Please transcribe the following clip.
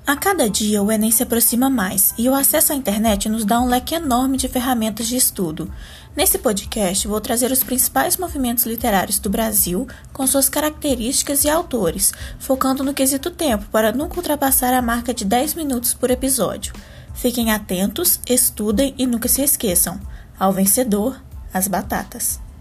A cada dia o Enem se aproxima mais e o acesso à internet nos dá um leque enorme de ferramentas de estudo. Nesse podcast vou trazer os principais movimentos literários do Brasil com suas características e autores, focando no quesito tempo para nunca ultrapassar a marca de 10 minutos por episódio. Fiquem atentos, estudem e nunca se esqueçam. Ao vencedor, as batatas.